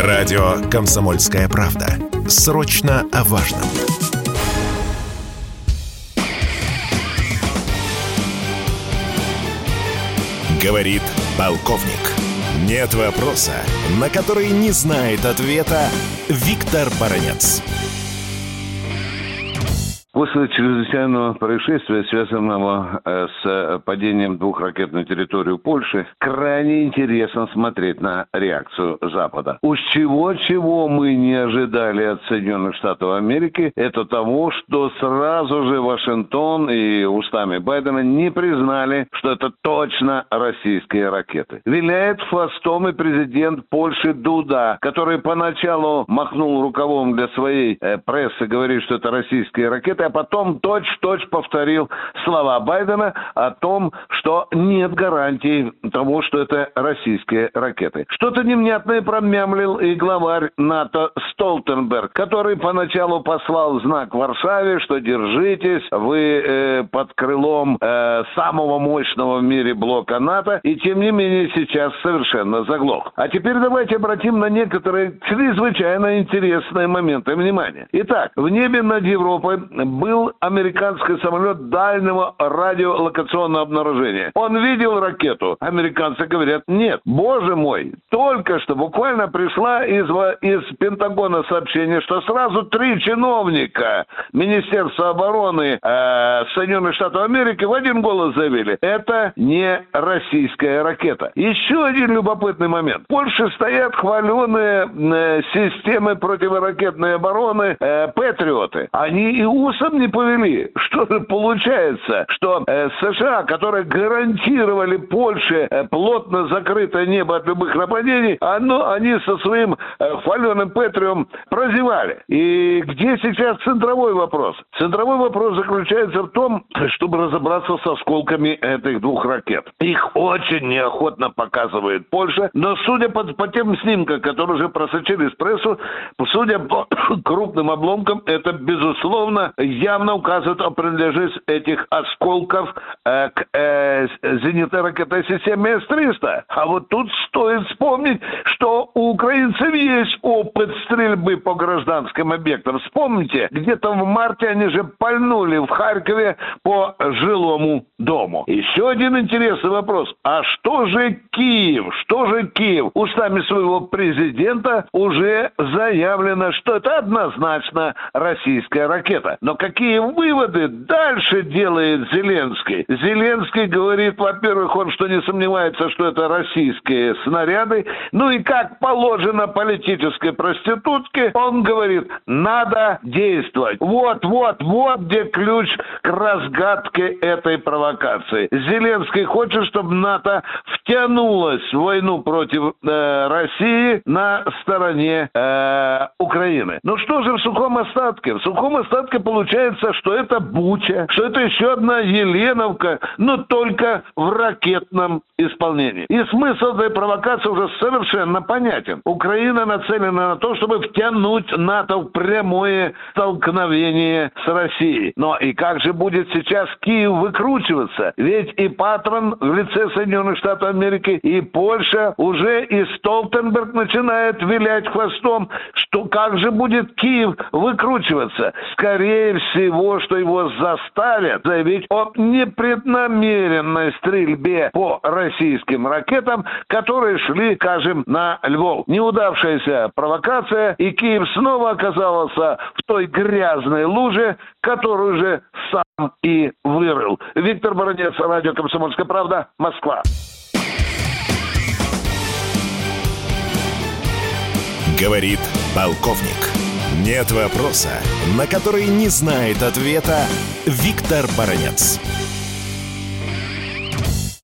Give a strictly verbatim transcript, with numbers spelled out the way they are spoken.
Радио «Комсомольская правда». Срочно о важном. Говорит полковник. Нет вопроса, на который не знает ответа Виктор Баранец. После чрезвычайного происшествия, связанного с падением двух ракет на территорию Польши, крайне интересно смотреть на реакцию Запада. Уж чего-чего мы не ожидали от Соединенных Штатов Америки, это того, что сразу же Вашингтон и устами Байдена не признали, что это точно российские ракеты. Виляет хвостом и президент Польши Дуда, который поначалу махнул рукавом для своей э, прессы, говорит, что это российские ракеты, а потом точь-в-точь повторил слова Байдена о том, что нет гарантий того, что это российские ракеты. Что-то невнятное промямлил и главарь НАТО Столтенберг, который поначалу послал знак Варшаве, что держитесь, вы э, под крылом э, самого мощного в мире блока НАТО, и тем не менее сейчас совершенно заглох. А теперь давайте обратим на некоторые чрезвычайно интересные моменты внимания. Итак, в небе над Европой был американский самолет дальнего радиолокационного обнаружения. Он видел ракету? Американцы говорят, нет. Боже мой, только что буквально пришла из, из Пентагона сообщение, что сразу три чиновника Министерства обороны э, Соединенных Штатов Америки в один голос заявили, это не российская ракета. Еще один любопытный момент. В Польше стоят хваленые э, системы противоракетной обороны э, Патриоты. Они и усом не повели. Что же получается, что э, США, которые гарантировали Польше э, плотно закрытое небо от любых нападений, оно, они со своим э, хваленым Патриотом прозевали. И где сейчас центровой вопрос? Центровой вопрос заключается в том, чтобы разобраться с осколками этих двух ракет. Их очень неохотно показывает Польша, но судя по, по тем снимкам, которые уже просочились в прессу, судя по крупным обломкам, это безусловно явно указывает о принадлежности этих осколков э, к э, зенитной ракетной системе эс триста. А вот тут стоит вспомнить, что у украинцев есть опыт стрельбы по гражданским объектам. Вспомните, где-то в марте они же пальнули в Харькове по жилому дому. Еще один интересный вопрос. А что же Киев? Что же Киев? Устами своего президента уже заявлено, что это однозначно российская ракета. Но какие выводы дальше делает Зеленский? Зеленский говорит, во-первых, он что не сомневается, что это российские снаряды. Ну и как положено политической проститутке, он говорит, надо действовать. Вот, вот, вот где ключ к разгадке этой провокации. Зеленский хочет, чтобы НАТО втянулось в войну против э, России на стороне э, Украины. Ну что же в сухом остатке? В сухом остатке получается, что это Буча, что это еще одна Еленовка, но только в ракетном исполнении. И смысл этой провокации уже совершенно понятен. Украина нацелена на то, чтобы втянуть НАТО в прямое столкновение с Россией. Но и как же будет сейчас Киев выкручиваться? Ведь и патрон в лице Соединенных Штатов Америки, и Польша, уже и Столтенберг начинает вилять хвостом, что как же будет Киев выкручиваться? Скорее всего, что его заставят заявить о непреднамеренной стрельбе по российским ракетам, которые шли, скажем, на Львов. Неудавшаяся провокация, и Киев снова оказался в той грязной луже, которую же сам и вырыл. Виктор Баранец, радио «Комсомольская правда», Москва. Говорит полковник. Нет вопроса, на который не знает ответа Виктор Баранец.